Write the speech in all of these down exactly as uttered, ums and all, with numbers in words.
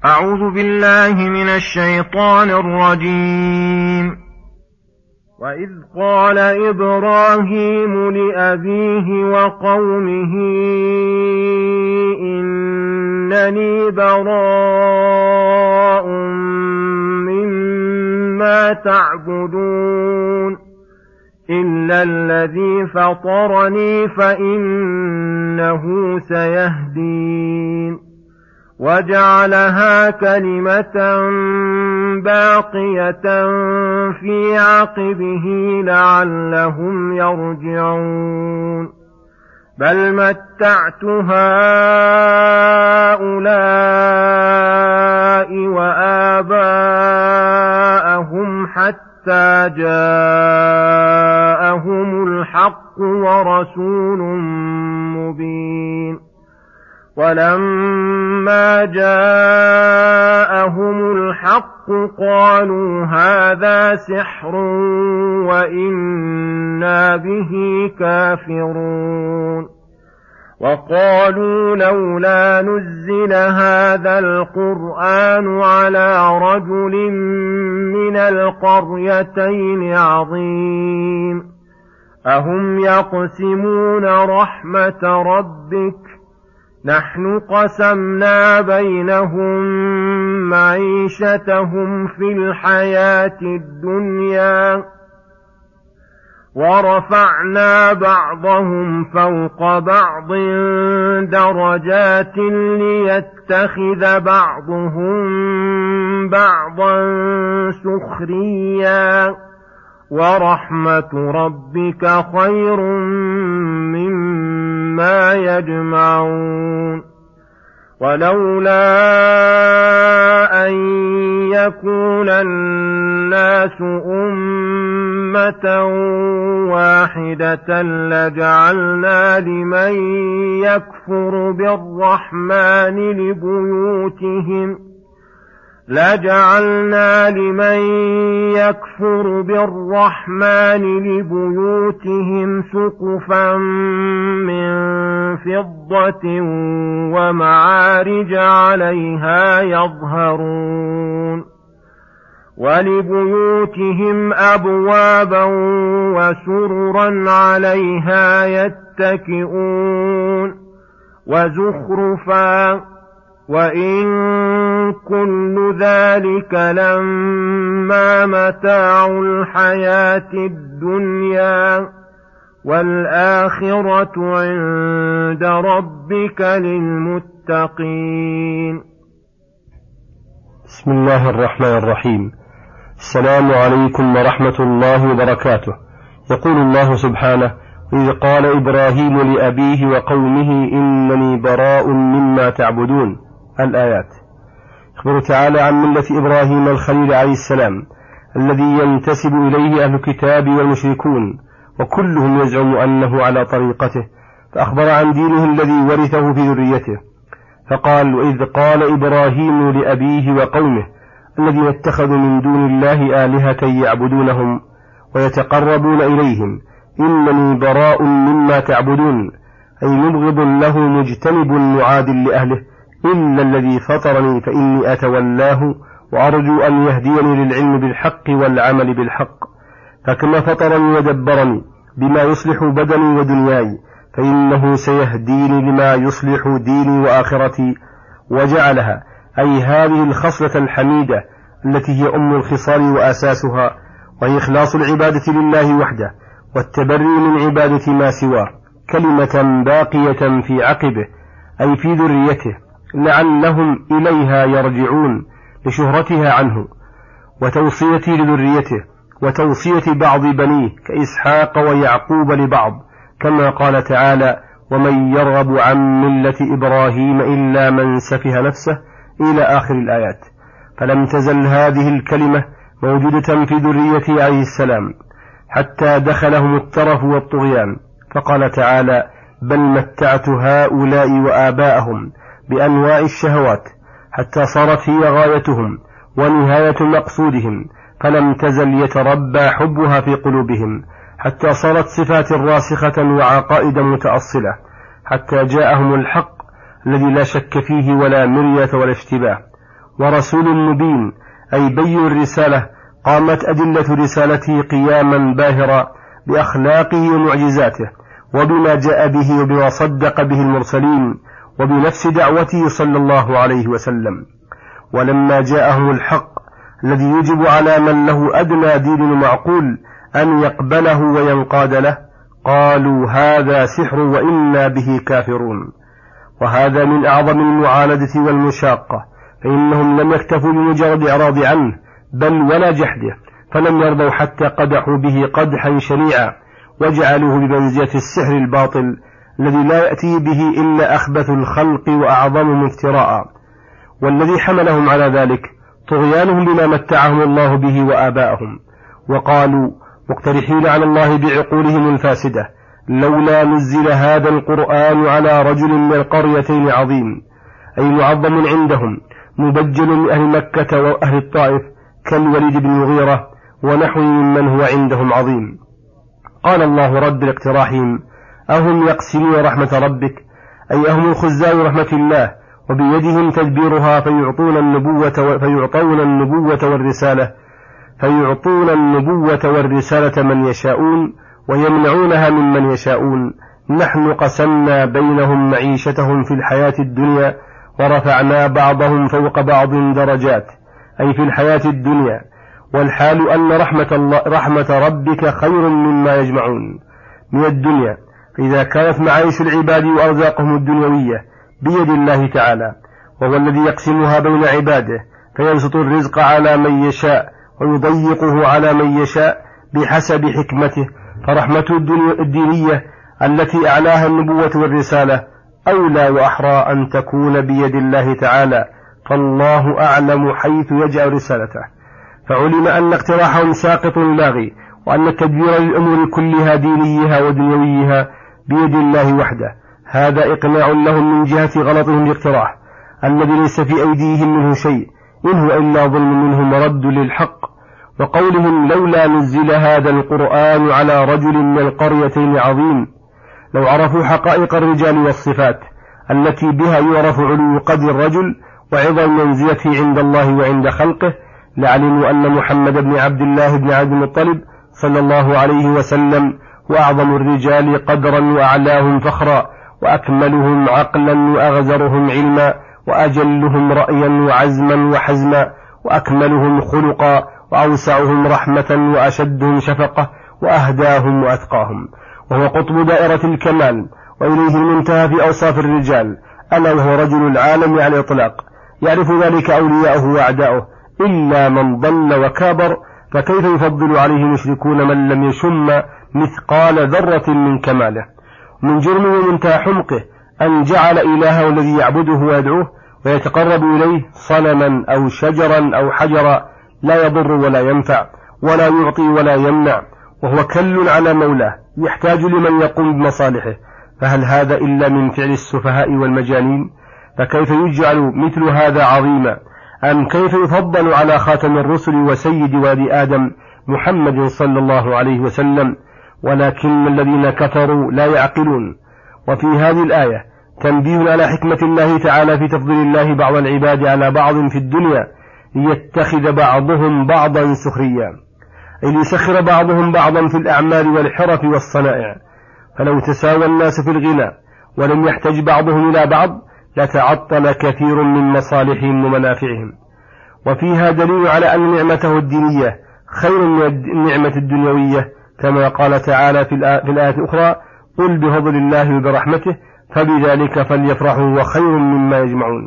أعوذ بالله من الشيطان الرجيم. وإذ قال إبراهيم لأبيه وقومه إنني براء مما تعبدون إلا الذي فطرني فإنه سيهدين وجعلها كلمة باقية في عقبه لعلهم يرجعون بل متعت هؤلاء وآباءهم حتى جاءهم الحق ورسول مبين ولما جاءهم الحق قالوا هذا سحر وإنا به كافرون وقالوا لولا نزل هذا القرآن على رجل من القريتين عظيم أهم يقسمون رحمة ربك نحن قسمنا بينهم معيشتهم في الحياة الدنيا ورفعنا بعضهم فوق بعض درجات ليتخذ بعضهم بعضا سخريا ورحمة ربك خير مما يجمعون ولولا أن يكون الناس أمة واحدة لجعلنا لمن يكفر بالرحمن لبيوتهم لجعلنا لمن يكفر بالرحمن لبيوتهم سقفا من فضة ومعارج عليها يظهرون ولبيوتهم أبوابا وسررا عليها يتكئون وزخرفا وإن كل ذلك لما متاع الحياة الدنيا والآخرة عند ربك للمتقين. بسم الله الرحمن الرحيم. السلام عليكم ورحمة الله وبركاته. يقول الله سبحانه: إذ قال إبراهيم لأبيه وقومه إنني براء مما تعبدون. الآيات. يخبر تعالى عن ملة إبراهيم الخليل عليه السلام الذي ينتسب إليه أهل الكتاب والمشركون وكلهم يزعم أنه على طريقته، فأخبر عن دينه الذي ورثه في ذريته فقال: وإذ قال إبراهيم لأبيه وقومه الذين اتخذوا من دون الله آلهة يعبدونهم ويتقربون إليهم إنني براء مما تعبدون، أي مبغض له مجتنب معاد لأهله إلا الذي فطرني فإني أتولاه وأرجو أن يهديني للعلم بالحق والعمل بالحق، فكما فطرني ودبرني بما يصلح بدني ودنياي فإنه سيهديني لما يصلح ديني وآخرتي، وجعلها أي هذه الخصلة الحميدة التي هي أم الخصال وأساسها، وهي إخلاص العبادة لله وحده والتبري من عبادة ما سواه، كلمة باقية في عقبه أي في ذريته لعلهم إليها يرجعون لشهرتها عنه وتوصيته لذريته وتوصية بعض بنيه كإسحاق ويعقوب لبعض، كما قال تعالى: ومن يرغب عن ملة إبراهيم إلا من سفه نفسه إلى آخر الآيات. فلم تزل هذه الكلمة موجودة في ذريته عليه السلام حتى دخلهم الترف والطغيان، فقال تعالى: بل متعت هؤلاء وآباءهم بأنواع الشهوات حتى صارت هي غايتهم ونهاية مقصودهم، فلم تزل يتربى حبها في قلوبهم حتى صارت صفات راسخة وعقائد متأصلة، حتى جاءهم الحق الذي لا شك فيه ولا مرية ولا اشتباه، ورسول مبين أي بين الرسالة، قامت أدلة رسالته قياما باهرا بأخلاقه ومعجزاته وبما جاء به وبما صدق به المرسلين وبنفس دعوته صلى الله عليه وسلم. ولما جاءهم الحق الذي يجب على من له أدنى دين معقول أن يقبله وينقاد له، قالوا هذا سحر وإنا به كافرون. وهذا من أعظم المعاندة والمشاقة، فإنهم لم يكتفوا بمجرد إعراض عنه بل ولا جحده، فلم يرضوا حتى قدحوا به قدحا شنيعا وجعلوه بمنزلة السحر الباطل الذي لا يأتي به إلا أخبث الخلق وأعظمهم افتراء. والذي حملهم على ذلك طغيانهم بما متعهم الله به وآباءهم، وقالوا مقترحين على الله بعقولهم الفاسدة لولا نزل هذا القرآن على رجل من القريتين عظيم، أي معظم عندهم مبجل من أهل مكة وأهل الطائف كالوليد بن مغيرة ونحو ممن هو عندهم عظيم. قال الله رد الاقتراحهم أهم يقسمون رحمة ربك، أي أهم الخزان رحمة الله وبيدهم تدبيرها فيعطون النبوة فيعطون النبوة والرسالة فيعطون النبوة والرسالة من يشاءون ويمنعونها ممن يشاءون. نحن قسمنا بينهم معيشتهم في الحياة الدنيا ورفعنا بعضهم فوق بعض درجات، أي في الحياة الدنيا، والحال أن رحمة, الله رحمة ربك خير مما يجمعون من الدنيا، فإذا كانت معايش العباد وأرزاقهم الدنيوية بيد الله تعالى، وهو الذي يقسمها بين عباده فيبسط الرزق على من يشاء ويضيقه على من يشاء بحسب حكمته، فرحمة الدينية التي أعلاها النبوة والرسالة أولى وأحرى أن تكون بيد الله تعالى، فالله أعلم حيث يجعل رسالته. فعلم أن اقتراحهم ساقط لاغي، وأن التدبير للأمور كلها دينيها ودنيويها بيد الله وحده. هذا إقناع لهم من جهة غلطهم الاقتراح الذي ليس في أيديهم منه شيء، إن هو إلا ظلم منهم ورد للحق. وقولهم لولا نزل هذا القرآن على رجل من القريتين عظيم، لو عرفوا حقائق الرجال والصفات التي بها يعرف علو قدر الرجل وعظم منزلته عند الله وعند خلقه، لعلموا أن محمد بن عبد الله بن عبد المطلب صلى الله عليه وسلم وأعظم الرجال قدرا وأعلاهم فخرا وأكملهم عقلا وأغزرهم علما وأجلهم رأيا وعزما وحزما وأكملهم خلقا وأوسعهم رحمة وأشدهم شفقة وأهداهم وأتقاهم، وهو قطب دائرة الكمال وإليه المنتهى في أوصاف الرجال، ألا وهو رجل العالم على الإطلاق، يعرف ذلك أولياؤه وأعداؤه، إلا من ضل وكابر، فكيف يفضل عليه المشركون من لم يشم مثقال ذرة من كماله. من جرم ومنتهى حمقه أن جعل إلهه الذي يعبده ويدعوه ويتقرب إليه صنما أو شجرا أو حجرا لا يضر ولا ينفع ولا يعطي ولا يمنع، وهو كل على مولاه يحتاج لمن يقوم بمصالحه، فهل هذا إلا من فعل السفهاء والمجانين؟ فكيف يجعل مثل هذا عظيما؟ أم كيف يفضل على خاتم الرسل وسيد ولد آدم محمد صلى الله عليه وسلم؟ ولكن الذين كفروا لا يعقلون. وفي هذه الآية تنبيه على حكمة الله تعالى في تفضيل الله بعض العباد على بعض في الدنيا ليتخذ بعضهم بعضا سخريا، أي ليسخر بعضهم بعضا في الأعمال والحرف والصنائع. فلو تساوى الناس في الغنى ولم يحتج بعضهم إلى بعض لتعطل كثير من مصالحهم ومنافعهم. وفيها دليل على أن نعمته الدينية خير من النعمة الدنيوية، كما قال تعالى في الآية الأخرى قل بفضل الله وبرحمته فبذلك فليفرحوا وخير مما يجمعون.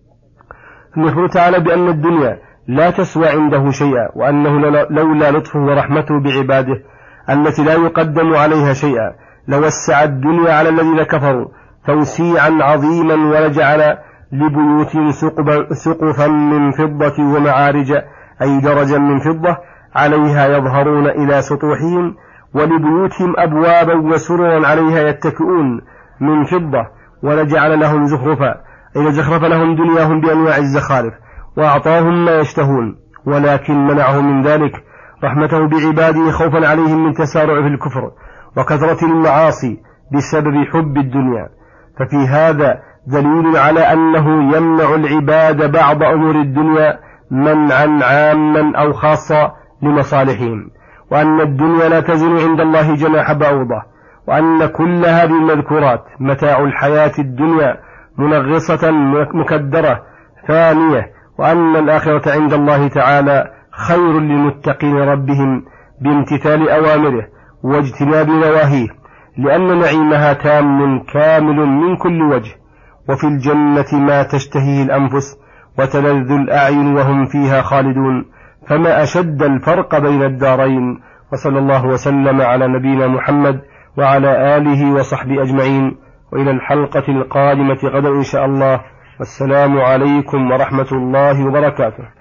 ثم يخبر تعالى بأن الدنيا لا تسوى عنده شيئا، وأنه لولا لطفه ورحمته بعباده التي لا يقدم عليها شيئا لوسع الدنيا على الذين كفروا توسيعا عظيما ولجعل لبيوتهم سقفا من فضة ومعارج، أي درجا من فضة عليها يظهرون إلى سطوحهم، ولبيوتهم أبوابا وسررا عليها يتكئون من فضة، ولجعل لهم زخرفا، أي زخرف لهم دنياهم بأنواع الزخارف وأعطاهم ما يشتهون، ولكن منعهم من ذلك رحمته بعباده خوفا عليهم من تسارع في الكفر وكثرة المعاصي بسبب حب الدنيا. ففي هذا دليل على أنه يمنع العباد بعض أمور الدنيا منعا عاما أو خاصا لمصالحهم، وأن الدنيا لا تزن عند الله جناح بعوضة، وأن كل هذه المذكورات متاع الحياة الدنيا منغصة مكدرة فانية، وأن الآخرة عند الله تعالى خير للمتقين ربهم بامتثال أوامره واجتناب نواهيه، لأن نعيمها تام كامل من كل وجه، وفي الجنة ما تشتهيه الأنفس وتلذ الأعين وهم فيها خالدون، فما أشد الفرق بين الدارين. وصلى الله وسلم على نبينا محمد وعلى آله وصحبه أجمعين، وإلى الحلقة القادمة غدا إن شاء الله، والسلام عليكم ورحمة الله وبركاته.